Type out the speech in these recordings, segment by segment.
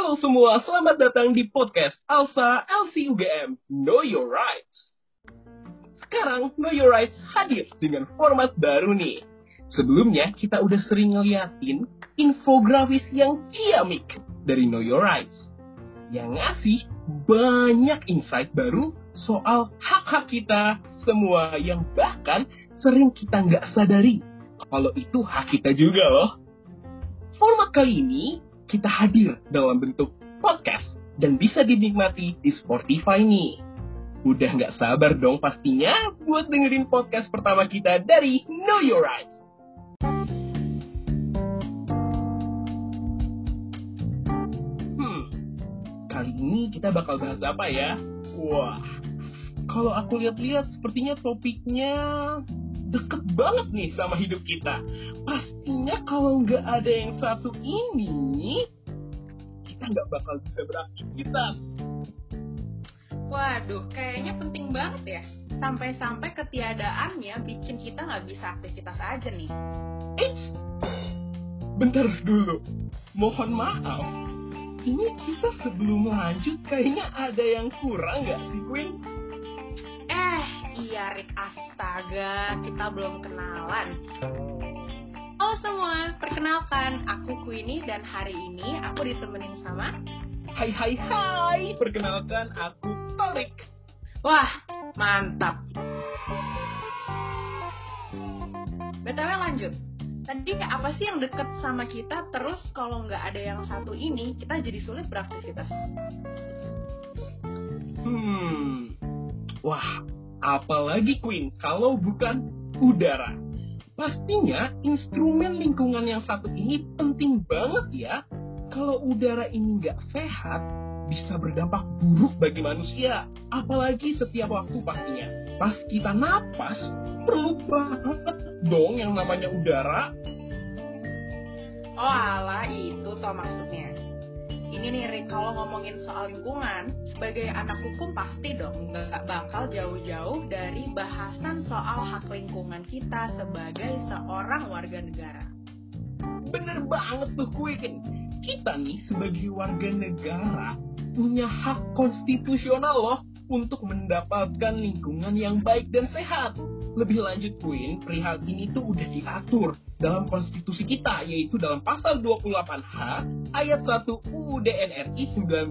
Halo semua, selamat datang di podcast Alsa LC UGM Know Your Rights. Sekarang Know Your Rights hadir dengan format baru nih. Sebelumnya kita udah sering ngeliatin infografis yang ciamik dari Know Your Rights yang ngasih banyak insight baru soal hak-hak kita semua yang bahkan sering kita nggak sadari kalau itu hak kita juga loh. Format kali ini kita hadir dalam bentuk podcast dan bisa dinikmati di Spotify nih. Udah nggak sabar dong pastinya buat dengerin podcast pertama kita dari Know Your Rights. Kali ini kita bakal bahas apa ya? Wah, kalau aku lihat-lihat sepertinya topiknya deket banget nih sama hidup kita. Pastinya kalau nggak ada yang satu ini, kita nggak bakal bisa beraktivitas. Waduh, kayaknya penting banget ya. Sampai-sampai ketiadaannya bikin kita nggak bisa aktivitas aja nih. Bentar dulu, mohon maaf. Ini kita sebelum lanjut kayaknya ada yang kurang nggak sih, Queen? Iya Rick, astaga, kita belum kenalan. Halo semua, perkenalkan, aku Queenie dan hari ini aku ditemenin sama... Hai, perkenalkan aku Torik. Wah, mantap. BTW lanjut. Tadi apa sih yang deket sama kita, terus kalau nggak ada yang satu ini, kita jadi sulit beraktivitas? Wah, apalagi Queen kalau bukan udara. Pastinya instrumen lingkungan yang satu ini penting banget ya. Kalau udara ini nggak sehat, bisa berdampak buruk bagi manusia. Apalagi setiap waktu pastinya. Pas kita napas, perlu banget dong yang namanya udara. Oh alah, itu toh maksudnya. Ini nih Rick, kalau ngomongin soal lingkungan, sebagai anak hukum pasti dong nggak bakal jauh-jauh dari bahasan soal hak lingkungan kita sebagai seorang warga negara. Bener banget tuh Queen. Kita nih sebagai warga negara punya hak konstitusional loh untuk mendapatkan lingkungan yang baik dan sehat. Lebih lanjut Queen, perihal ini tuh udah diatur dalam konstitusi kita, yaitu dalam pasal 28H ayat 1 UUD NRI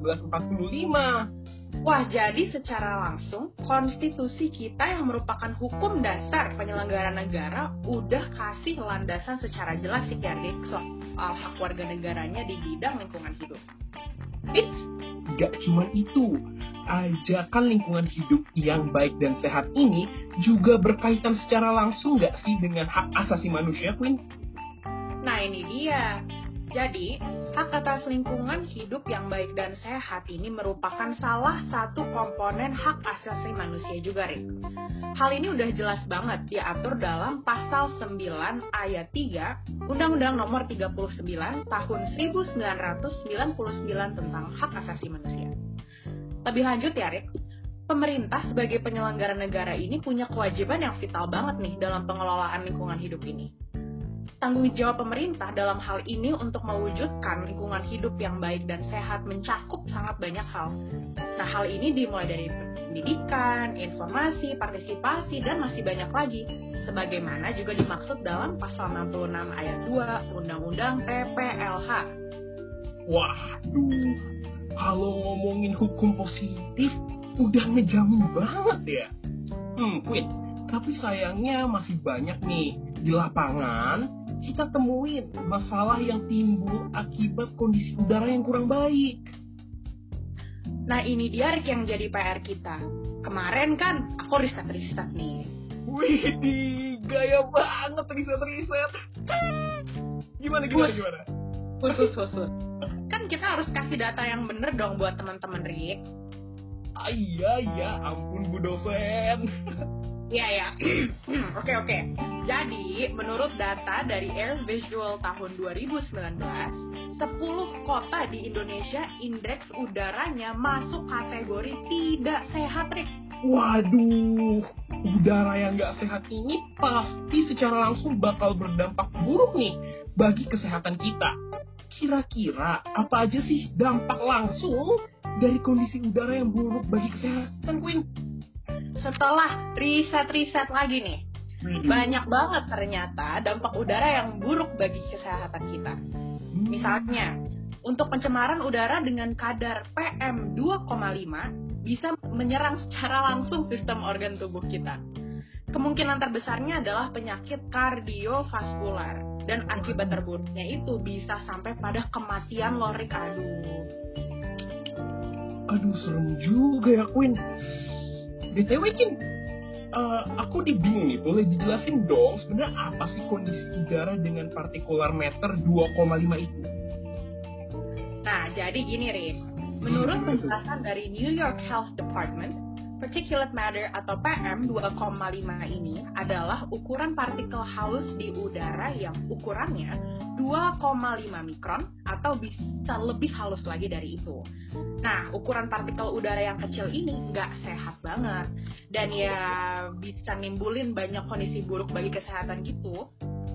1945. Wah, jadi secara langsung konstitusi kita yang merupakan hukum dasar penyelenggara negara udah kasih landasan secara jelas sih ya Rick, soal hak warga negaranya di bidang lingkungan hidup. Gak cuma itu, ajakan lingkungan hidup yang baik dan sehat ini juga berkaitan secara langsung gak sih dengan hak asasi manusia, Queen? Nah ini dia. Jadi, hak atas lingkungan hidup yang baik dan sehat ini merupakan salah satu komponen hak asasi manusia juga, Rick. Hal ini udah jelas banget diatur dalam pasal 9 ayat 3 Undang-Undang Nomor 39 Tahun 1999 tentang hak asasi manusia. Lebih lanjut ya, Rick, pemerintah sebagai penyelenggara negara ini punya kewajiban yang vital banget nih dalam pengelolaan lingkungan hidup ini. Tanggung jawab pemerintah dalam hal ini untuk mewujudkan lingkungan hidup yang baik dan sehat mencakup sangat banyak hal. Nah, hal ini dimulai dari pendidikan, informasi, partisipasi, dan masih banyak lagi. Sebagaimana juga dimaksud dalam pasal 66 ayat 2 Undang-Undang PPLH. Waduh, kalau ngomongin hukum positif, udah ngejamin banget ya. Queen, tapi sayangnya masih banyak nih di lapangan kita temuin masalah yang timbul akibat kondisi udara yang kurang baik. Nah ini dia Rick yang jadi PR kita. Kemarin kan aku riset nih. Widih, gaya banget riset. Gimana? Khusus. Kan kita harus kasih data yang bener dong buat teman-teman Rick. Iya, ampun Bu dosen. Iya. Oke. Jadi, menurut data dari Air Visual tahun 2019, 10 kota di Indonesia indeks udaranya masuk kategori tidak sehat, Rick. Waduh, udara yang nggak sehat ini pasti secara langsung bakal berdampak buruk nih bagi kesehatan kita. Kira-kira apa aja sih dampak langsung dari kondisi udara yang buruk bagi kesehatan, Queen? Setelah riset-riset lagi nih, banyak banget ternyata dampak udara yang buruk bagi kesehatan kita. Misalnya, untuk pencemaran udara dengan kadar PM 2,5 bisa menyerang secara langsung sistem organ tubuh kita. Kemungkinan terbesarnya adalah penyakit kardiovaskular, dan akibat terburuknya itu bisa sampai pada kematian loh, Rick. Aduh, serem juga ya, Queen. BTW, Queen, aku bingung nih, boleh dijelasin dong sebenarnya apa sih kondisi udara dengan partikular matter 2,5 itu? Nah, jadi gini, Rick. Menurut penjelasan dari New York Health Department, particulate matter atau PM 2,5 ini adalah ukuran partikel halus di udara yang ukurannya 2,5 mikron atau bisa lebih halus lagi dari itu. Nah, ukuran partikel udara yang kecil ini nggak sehat banget dan ya bisa nimbulin banyak kondisi buruk bagi kesehatan gitu.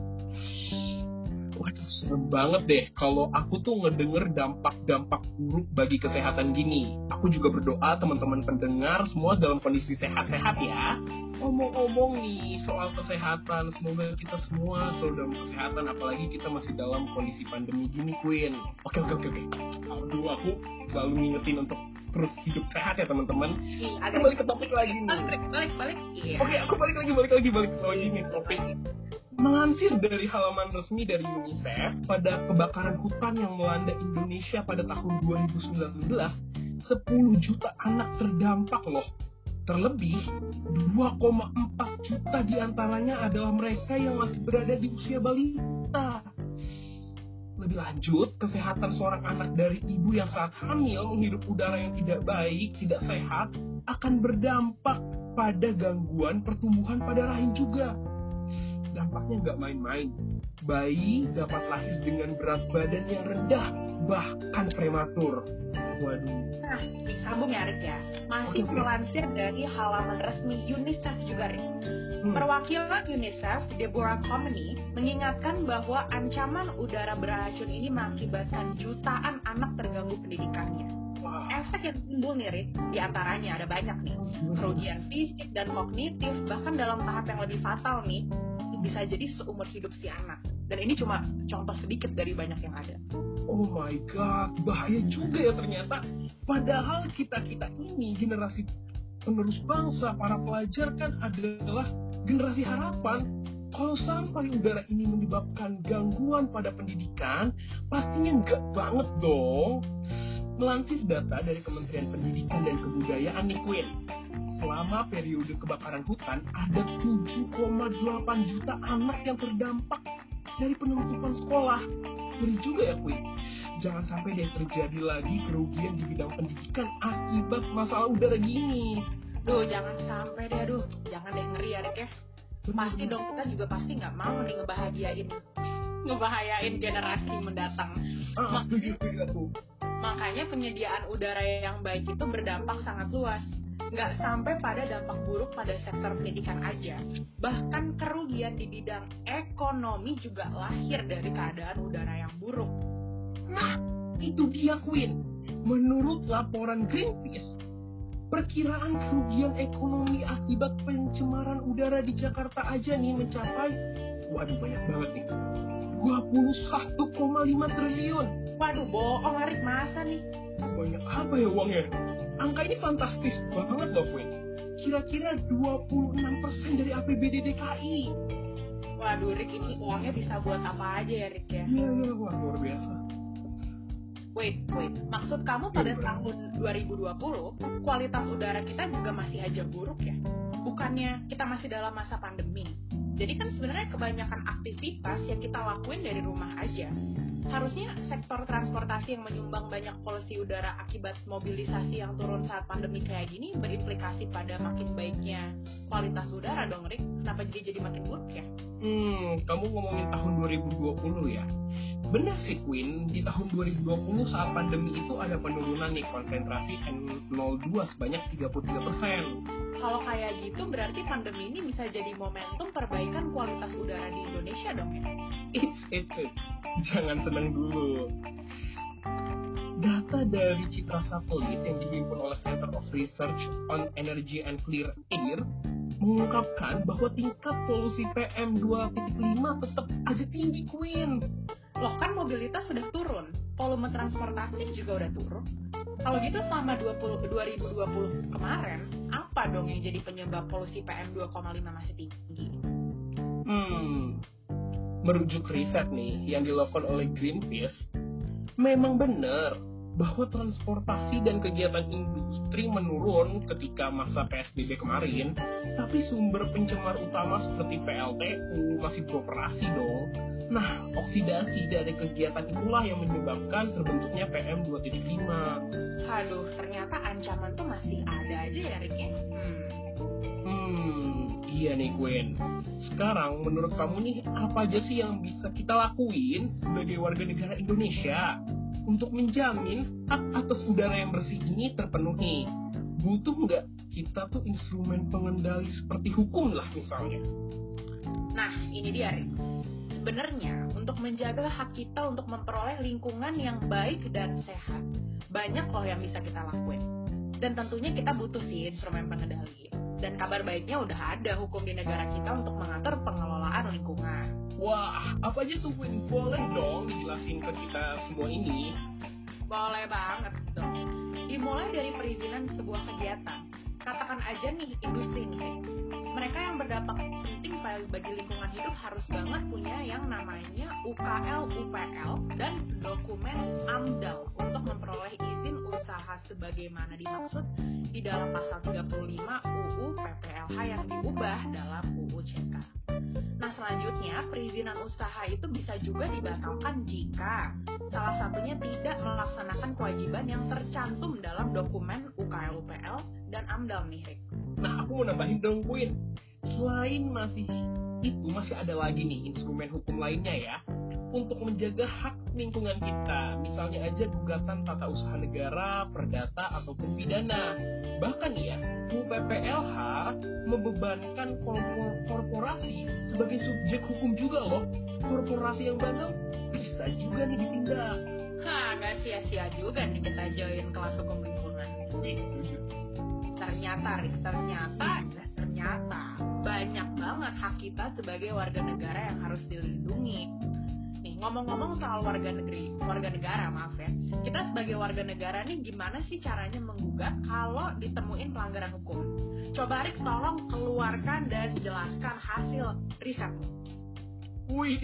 Waduh, serem banget deh kalau aku tuh ngedenger dampak-dampak buruk bagi kesehatan gini. Aku juga berdoa teman-teman pendengar semua dalam kondisi sehat-sehat ya. Ngomong-ngomong nih soal kesehatan, semoga kita semua selalu dalam kesehatan, apalagi kita masih dalam kondisi pandemi gini, Queen. Oke. Aduh, aku selalu ngingetin untuk terus hidup sehat ya teman-teman. Kita balik ke topik lagi nih. Balik. Iya. Oke, aku balik lagi nih topik. Melansir dari halaman resmi dari UNICEF, pada kebakaran hutan yang melanda Indonesia pada tahun 2019, 10 juta anak terdampak loh. Terlebih, 2,4 juta diantaranya adalah mereka yang masih berada di usia balita. Lebih lanjut, kesehatan seorang anak dari ibu yang saat hamil menghirup udara yang tidak baik, tidak sehat, akan berdampak pada gangguan pertumbuhan pada rahim juga. Dampaknya nggak main-main. Bayi dapat lahir dengan berat badan yang rendah, bahkan prematur. Waduh. Nah, disambung ya, Rick ya. Masih melansir dari halaman resmi UNICEF juga, Rick. Perwakilan UNICEF, Deborah Comey, mengingatkan bahwa ancaman udara beracun ini mengakibatkan jutaan anak terganggu pendidikannya. Efek yang timbul nih, Rick, diantaranya ada banyak nih. Kerugian fisik dan kognitif, bahkan dalam tahap yang lebih fatal nih, bisa jadi seumur hidup si anak. Dan ini cuma contoh sedikit dari banyak yang ada. Oh my god, bahaya juga ya ternyata. Padahal kita ini generasi penerus bangsa, para pelajar kan adalah generasi harapan. Kalau sampai udara ini menyebabkan gangguan pada pendidikan, pastinya enggak banget dong. Melansir data dari Kementerian Pendidikan dan Kebudayaan nih, Queen, selama periode kebakaran hutan, ada 7,8 juta anak yang terdampak dari penutupan sekolah. Ngeri juga ya, Queen. Jangan sampai deh terjadi lagi kerugian di bidang pendidikan akibat masalah udara gini. Jangan sampai deh, jangan deh, ngeri ya, Rick ya. Pasti dong, kita juga pasti nggak mau nih ngebahayain generasi mendatang. Setuju aku. Makanya penyediaan udara yang baik itu berdampak sangat luas. Nggak sampai pada dampak buruk pada sektor pendidikan aja. Bahkan kerugian di bidang ekonomi juga lahir dari keadaan udara yang buruk. Nah, itu dia, Queen. Menurut laporan Greenpeace, perkiraan kerugian ekonomi akibat pencemaran udara di Jakarta aja nih mencapai, waduh banyak banget nih, 21,5 triliun. Waduh, bohong, Arik, masa nih? Banyak apa ya uangnya? Angka ini fantastis banget loh, Queen. Kira-kira 26% dari APBD DKI. Waduh, Rick, ini uangnya bisa buat apa aja ya, Rick ya? Iya, wah, luar biasa. Wait, maksud kamu pada tahun 2020, kualitas udara kita juga masih aja buruk ya? Bukannya kita masih dalam masa pandemi? Jadi kan sebenarnya kebanyakan aktivitas yang kita lakuin dari rumah aja. Harusnya sektor transportasi yang menyumbang banyak polusi udara akibat mobilisasi yang turun saat pandemi kayak gini berimplikasi pada makin baiknya kualitas udara dong, Rick. Kenapa jadi makin buruk ya? Kamu ngomongin tahun 2020 ya? Benar sih, Queen. Di tahun 2020 saat pandemi itu ada penurunan nih konsentrasi N02 sebanyak 33%. Kalau kayak gitu berarti pandemi ini bisa jadi momentum perbaikan kualitas udara di Indonesia Indonesia dong ya. It's. Jangan senang dulu. Data dari Citra Satelit yang dihimpun oleh Center of Research on Energy and Clean Air mengungkapkan bahwa tingkat polusi PM 2.5 tetap aja tinggi, Queen. Loh kan mobilitas sudah turun, volume transportasi juga udah turun. Kalau gitu selama 2020 kemarin, apa dong yang jadi penyebab polusi PM 2,5 masih tinggi? Merujuk riset nih yang dilakukan oleh Greenpeace, memang benar bahwa transportasi dan kegiatan industri menurun ketika masa PSBB kemarin, tapi sumber pencemar utama seperti PLTU masih beroperasi dong. Nah, oksidasi dari kegiatan itulah yang menyebabkan terbentuknya PM 2.5. Aduh, ternyata ancaman tuh masih ada aja ya, Rick ya? Iya nih, Gwen. Sekarang, menurut kamu nih, apa aja sih yang bisa kita lakuin sebagai warga negara Indonesia untuk menjamin hak atas udara yang bersih ini terpenuhi? Butuh nggak kita tuh instrumen pengendali seperti hukum lah misalnya? Nah, ini dia, Rick. Sebenarnya, untuk menjaga hak kita untuk memperoleh lingkungan yang baik dan sehat, banyak loh yang bisa kita lakuin. Dan tentunya kita butuh sih instrumen pengendali. Dan kabar baiknya udah ada hukum di negara kita untuk mengatur pengelolaan lingkungan. Wah, apa aja tuh, Win? Boleh dong dijelasin ke kita semua ini? Boleh banget dong. Dimulai dari perizinan sebuah kegiatan. Katakan aja nih industri nih. Mereka yang berdampak penting bagi lingkungan hidup harus banget punya yang namanya UKL, UPL, dan dokumen AMDAL untuk memperoleh izin usaha sebagaimana dimaksud di dalam pasal 35 UU PPLH yang diubah dalam UU CK. Nah, selanjutnya perizinan usaha itu bisa juga dibatalkan jika salah satunya tidak melaksanakan kewajiban yang tercantum dalam dokumen UKL, UPL, dan AMDAL nih, Rick. Nah, aku mau nambahin dong, Queen. Selain masih ada lagi nih instrumen hukum lainnya ya untuk menjaga hak lingkungan kita. Misalnya aja gugatan tata usaha negara, perdata, ataupun pidana. Bahkan ya, UPPLH membebankan korporasi sebagai subjek hukum juga loh. Korporasi yang bandel bisa juga nih ditindak. Gak sia-sia juga nih kita join kelas hukum lingkungan. Ternyata banyak banget hak kita sebagai warga negara yang harus dilindungi. Nih, ngomong-ngomong soal warga negara, maaf ya. Kita sebagai warga negara nih gimana sih caranya menggugat kalau ditemuin pelanggaran hukum? Coba Rick tolong keluarkan dan jelaskan hasil risetmu. Wih,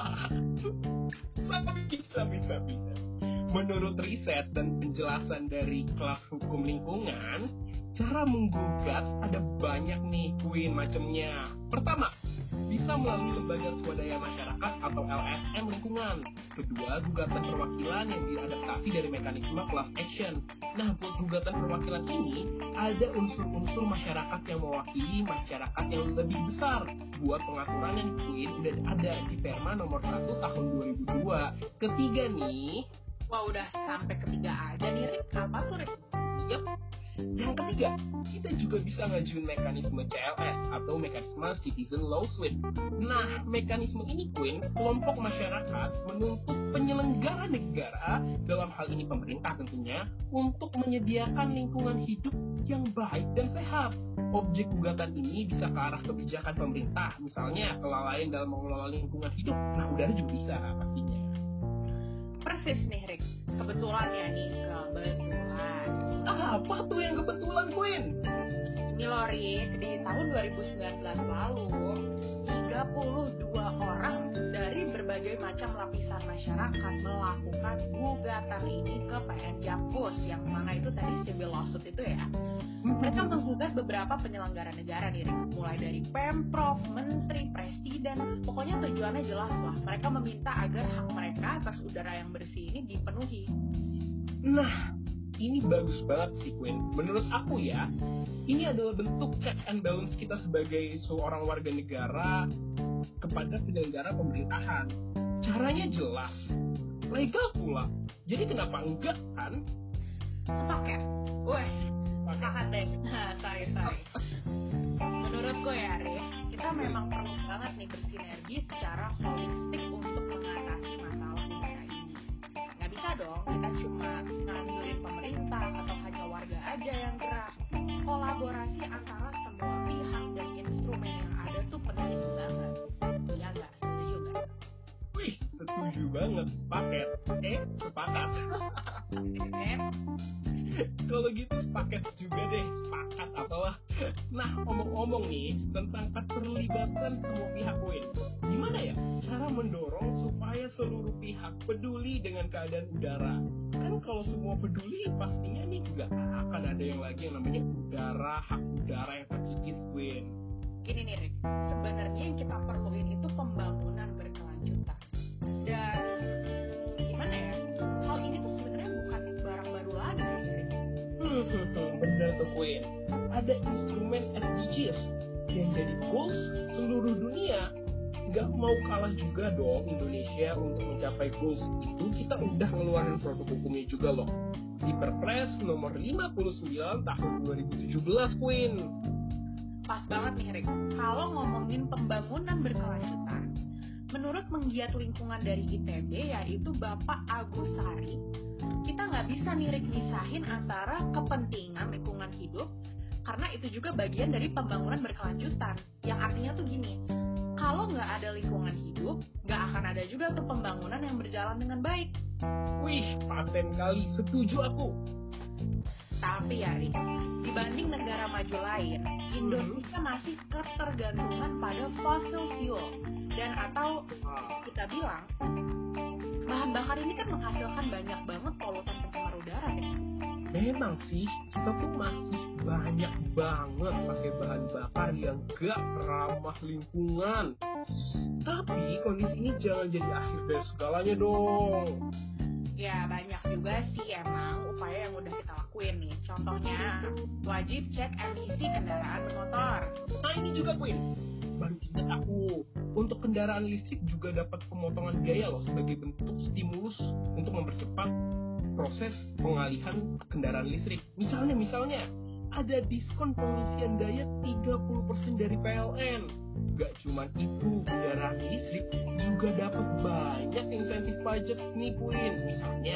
bisa. Menurut riset dan penjelasan dari kelas hukum lingkungan, cara menggugat ada banyak nih, Queen, macamnya. Pertama, bisa melalui lembaga swadaya masyarakat atau LSM lingkungan. Kedua, gugatan perwakilan yang diadaptasi dari mekanisme class action. Nah, buat gugatan perwakilan ini, ada unsur-unsur masyarakat yang mewakili masyarakat yang lebih besar. Buat pengaturan yang udah ada di Perma nomor 1 tahun 2002. Ketiga nih, wah, udah sampai ketiga aja nih, Rick. Apa tuh, Rick? Yep. Yang ketiga, kita juga bisa ngajuin mekanisme CLS atau mekanisme Citizen Lawsuit. Nah, mekanisme ini, Queen, kelompok masyarakat menuntut penyelenggara negara, dalam hal ini pemerintah tentunya, untuk menyediakan lingkungan hidup yang baik dan sehat. Objek gugatan ini bisa ke arah kebijakan pemerintah, misalnya kelalaian dalam mengelola lingkungan hidup. Nah, udara juga bisa pastinya. Persis nih, Rick. Kebetulan ya nih, kebetulan. Apa tuh yang kebetulan, Queen? Ini loh, Rick, di tahun 2019 lalu, 32 orang dari berbagai macam lapisan masyarakat melakukan gugatan ini ke PN Jakpus, yang mana itu tadi civil lawsuit itu ya. Mereka menggugat beberapa penyelenggara negara nih, Rick. Mulai dari Pemprov, Menteri, Presiden, pokoknya tujuannya jelas lah. Mereka meminta agar hak mereka atas udara yang bersih ini dipenuhi. Nah, ini bagus banget sih, Queen. Menurut aku ya, ini adalah bentuk check and balance kita sebagai seorang warga negara kepada penyelenggara pemerintahan. Caranya jelas, legal pula. Jadi kenapa enggak, kan? Sepaket. Sepakat deh. Sorry. Menurutku ya, Rick, kita memang perlu banget nih bersinergi secara banget, sepaket. Sepakat. Kalau gitu sepaket juga deh, sepakat apalah. Nah, omong-omong nih tentang keterlibatan semua pihak, Win. Gimana ya cara mendorong supaya seluruh pihak peduli dengan keadaan udara? Kan kalau semua peduli, pastinya nih nggak akan ada yang lagi yang namanya udara, hak udara yang terkikis, Win. Gini nih, Rick. Sebenarnya yang kita perluin itu pembangunan berkelanjutan. Dan gimana ya? Hal ini tuh sebenarnya bukan barang baru lagi, Rick. Bener tuh, Win. Ada instrumen SDGs yang jadi goals seluruh dunia. Gak mau kalah juga dong Indonesia untuk mencapai goals itu. Kita udah ngeluarin produk hukumnya juga loh di Perpres nomor 59 tahun 2017, Queen. Pas banget nih, Rick. Kalau ngomongin pembangunan berkelanjutan, menurut penggiat lingkungan dari ITB, yaitu Bapak Agus Sari, kita nggak bisa nih, Rick, misahin antara kepentingan lingkungan hidup, karena itu juga bagian dari pembangunan berkelanjutan. Yang artinya tuh gini, kalau nggak ada lingkungan hidup, nggak akan ada juga tuh pembangunan yang berjalan dengan baik. Wih, paten kali, setuju aku. Tapi ya, Rick, dibanding negara maju lain, Indonesia masih ketergantungan pada fossil fuel. Dan atau kita bilang, bahan bakar ini kan menghasilkan banyak banget polutan pencemar udara, deh. Memang sih, kita tuh masih banyak banget pakai bahan bakar yang gak ramah lingkungan. Tapi kondisi ini jangan jadi akhir dari segalanya dong. Ya, banyak juga sih emang upaya yang udah kita lakuin nih. Contohnya, wajib cek emisi kendaraan bermotor. Nah, ini juga, Queen. Baru ingat aku, untuk kendaraan listrik juga dapat pemotongan biaya loh sebagai bentuk stimulus untuk mempercepat proses pengalihan kendaraan listrik. Misalnya, ada diskon pengisian daya 30% dari PLN. Gak cuma itu, kendaraan listrik juga dapat banyak insentif pajak nih, Queen. Misalnya,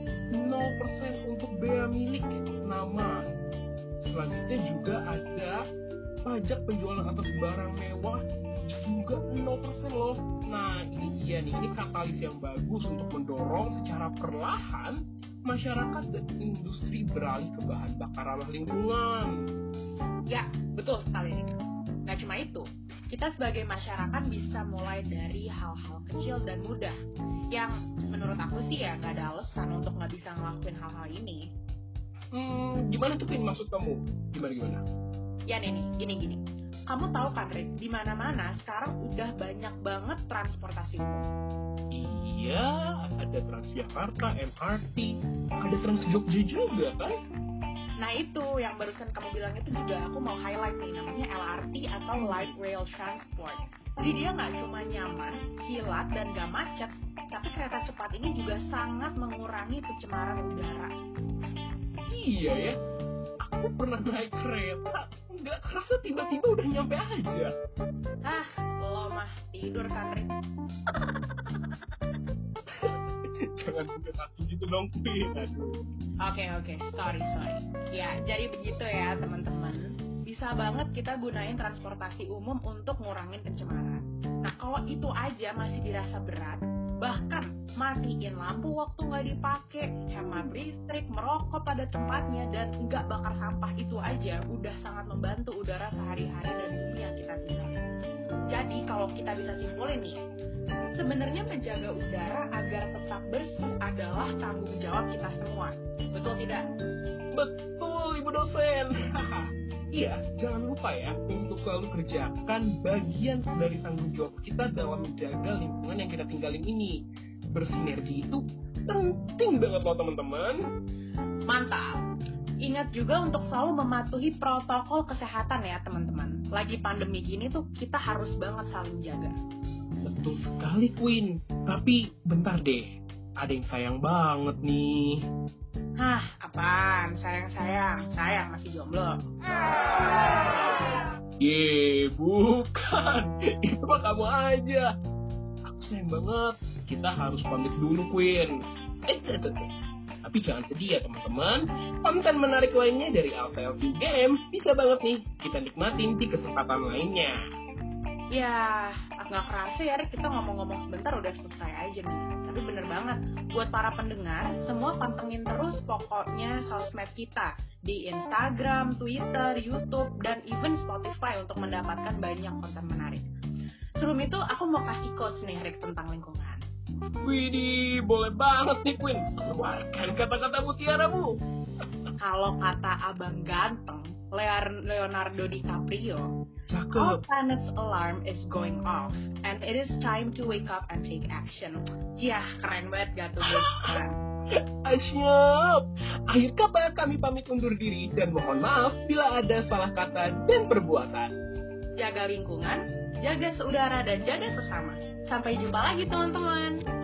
0% untuk bea milik nama. Selanjutnya juga ada pajak penjualan atas barang mewah juga 0% loh. Nah, ini dia nih, ini katalis yang bagus untuk mendorong secara perlahan masyarakat dan industri beralih ke bahan bakar ramah lingkungan. Ya, betul sekali nih. Nggak cuma itu, kita sebagai masyarakat bisa mulai dari hal-hal kecil dan mudah yang menurut aku sih ya nggak ada alasan untuk nggak bisa ngelakuin hal-hal ini. Gimana tuh, Pin, maksud kamu? Gimana? Ya nih, gini. Kamu tahu kan, Rick, di mana-mana sekarang udah banyak banget transportasi umum. Iya, ada Transjakarta, MRT, ada Trans Jogja juga kan? Nah itu, yang barusan kamu bilang itu juga aku mau highlight nih, namanya LRT atau Light Rail Transport. Jadi dia nggak cuma nyaman, kilat, dan nggak macet, tapi kereta cepat ini juga sangat mengurangi pencemaran udara. Iya ya, aku pernah naik kereta, nggak kerasa tiba-tiba udah nyampe aja. Lo mah tidur kan, Rick? Jangan bukan aku gitu dong, Pin. Oke, sorry. Ya, jadi begitu ya teman-teman. Bisa banget kita gunain transportasi umum untuk ngurangin pencemaran. Nah, kalau itu aja masih dirasa berat, bahkan matiin lampu waktu nggak dipakai, hemat listrik, merokok pada tempatnya, dan nggak bakar sampah, itu aja udah sangat membantu udara sehari-hari dan bumi yang kita tinggali. Jadi kalau kita bisa simpulin nih, sebenarnya menjaga udara agar tetap bersih adalah tanggung jawab kita semua. Betul tidak? Betul, Ibu dosen. Iya, jangan lupa ya untuk selalu kerjakan bagian dari tanggung jawab kita dalam menjaga lingkungan yang kita tinggalin ini. Bersinergi itu penting banget loh, teman-teman. Mantap. Ingat juga untuk selalu mematuhi protokol kesehatan ya, teman-teman. Lagi pandemi gini tuh kita harus banget saling jaga. Betul sekali, Queen. Tapi bentar deh, ada yang sayang banget nih. Apaan? Sayang masih jomblo. Bukan. Itu mah kamu aja. Aku sayang banget. Kita harus pamit dulu, Queen. Tapi jangan sedih ya, teman-teman. Konten menarik lainnya dari Alsa LC UGM bisa banget nih kita nikmatin di kesempatan lainnya. Ya, Nggak kerasa ya, Rick, kita ngomong-ngomong sebentar udah selesai aja nih. Tapi bener banget, buat para pendengar, semua pantengin terus pokoknya sosmed kita di Instagram, Twitter, YouTube, dan even Spotify untuk mendapatkan banyak konten menarik. Sebelum itu, aku mau kasih quotes nih, Rick, tentang lingkungan. Widih, boleh banget nih, Queen. Keluarkan kata-kata mutiaramu. Kalau kata abang ganteng, Leonardo DiCaprio, Cakep. all planet's alarm is going off, and it is time to wake up and take action. Yah, keren banget gak tuh, guys? Asyap. Akhir kata kami pamit undur diri dan mohon maaf bila ada salah kata dan perbuatan. Jaga lingkungan, jaga saudara, dan jaga sesama. Sampai jumpa lagi, teman-teman.